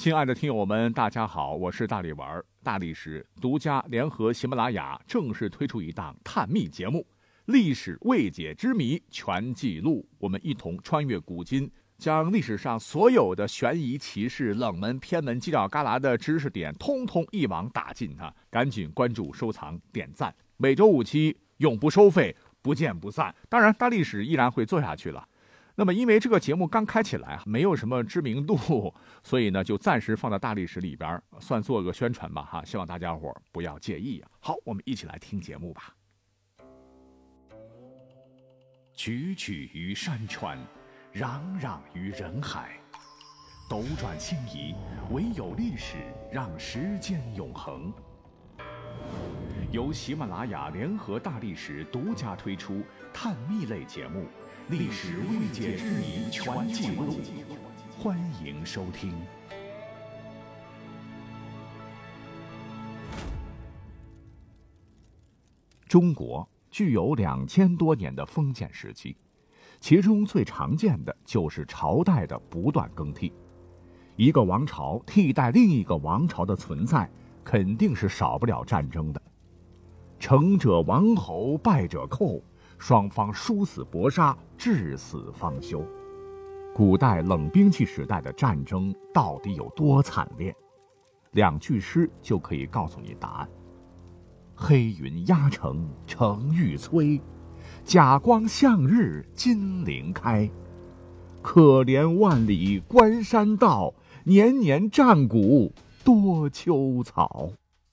亲爱的听友们，大家好，我是大力丸。大历史独家联合喜马拉雅正式推出一档探秘节目《历史未解之谜全记录》，我们一同穿越古今，将历史上所有的悬疑奇事、冷门偏门犄角旮旯的知识点通通一网打尽啊！赶紧关注、收藏、点赞，每周5期，永不收费，不见不散。当然，大历史依然会做下去了。那么因为这个节目刚开起来没有什么知名度，所以呢就暂时放到大历史里边，算做个宣传吧哈，希望大家伙不要介意啊。好，我们一起来听节目吧。踽踽于山川，攘攘于人海，斗转星移，唯有历史让时间永恒。由喜马拉雅联合大历史独家推出探秘类节目《历史未解之谜全记录》，欢迎收听。中国具有2000多年的封建时期，其中最常见的就是朝代的不断更替。一个王朝替代另一个王朝的存在，肯定是少不了战争的。成者王侯，败者寇，双方殊死搏杀，至死方休。古代冷兵器时代的战争到底有多惨烈？2句诗就可以告诉你答案。黑云压城城欲摧，甲光向日金鳞开。可怜万里关山道，年年战鼓多秋草。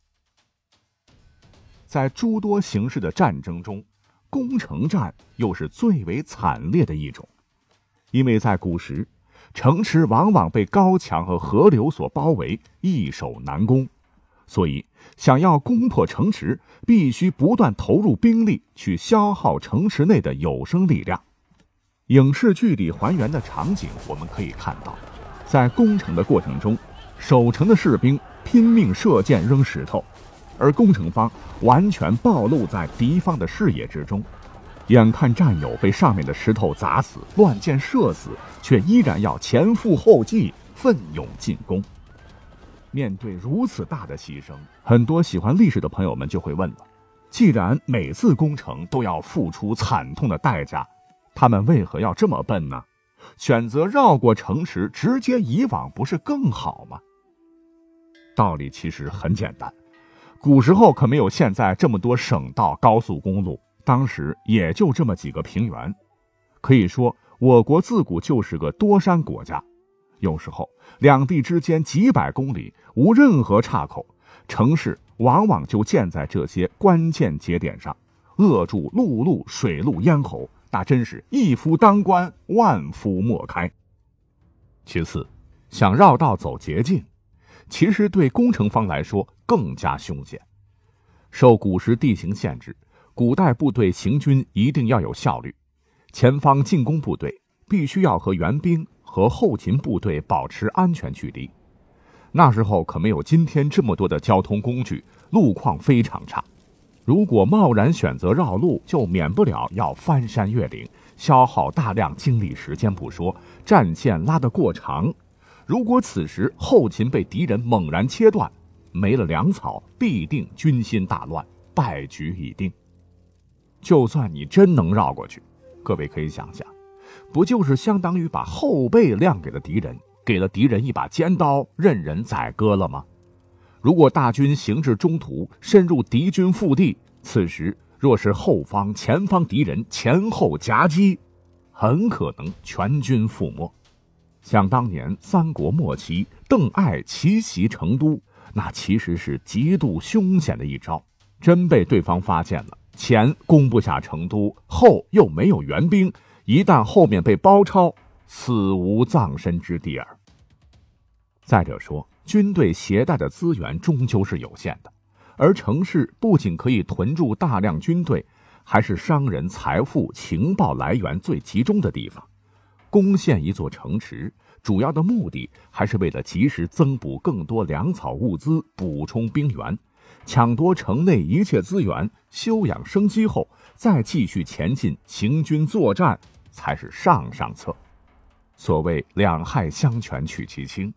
在诸多形式的战争中，攻城战又是最为惨烈的一种。因为在古时，城池往往被高墙和河流所包围，易守难攻，所以想要攻破城池，必须不断投入兵力去消耗城池内的有生力量。影视剧里还原的场景我们可以看到，在攻城的过程中，守城的士兵拼命射箭扔石头，而攻城方完全暴露在敌方的视野之中，眼看战友被上面的石头砸死、乱箭射死，却依然要前赴后继，奋勇进攻。面对如此大的牺牲，很多喜欢历史的朋友们就会问了，既然每次攻城都要付出惨痛的代价，他们为何要这么笨呢？选择绕过城池直接移往不是更好吗？道理其实很简单，古时候可没有现在这么多省道、高速公路，当时也就这么几个平原。可以说我国自古就是个多山国家，有时候两地之间几百公里无任何岔口，城市往往就建在这些关键节点上，扼住陆路、水路咽喉，那真是一夫当关，万夫莫开。其次，想绕道走捷径，其实对攻城方来说更加凶险。受古时地形限制，古代部队行军一定要有效率，前方进攻部队必须要和援兵和后勤部队保持安全距离。那时候可没有今天这么多的交通工具，路况非常差。如果贸然选择绕路，就免不了要翻山越岭，消耗大量精力时间不说，战线拉得过长。如果此时后勤被敌人猛然切断，没了粮草，必定军心大乱，败局已定。就算你真能绕过去，各位可以想想，不就是相当于把后背亮给了敌人，给了敌人一把尖刀，任人宰割了吗？如果大军行至中途，深入敌军腹地，此时若是后方、前方敌人前后夹击，很可能全军覆没。想当年三国末期邓艾奇袭成都，那其实是极度凶险的一招，真被对方发现了，前攻不下成都，后又没有援兵，一旦后面被包抄，死无葬身之地耳。再者说，军队携带的资源终究是有限的，而城市不仅可以屯驻大量军队，还是商人财富、情报来源最集中的地方。攻陷一座城池，主要的目的还是为了及时增补更多粮草物资，补充兵源，抢夺城内一切资源，休养生息后，再继续前进，行军作战，才是上策。所谓两害相权取其轻，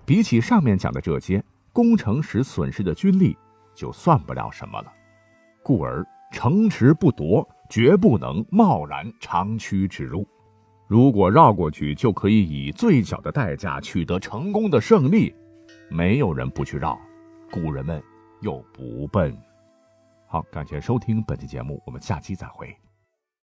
比起上面讲的这些，攻城时损失的军力就算不了什么了。故而城池不夺，绝不能贸然长驱直入。如果绕过去就可以以最小的代价取得成功的胜利，没有人不去绕，古人们又不笨。好，感谢收听本期节目，我们下期再会。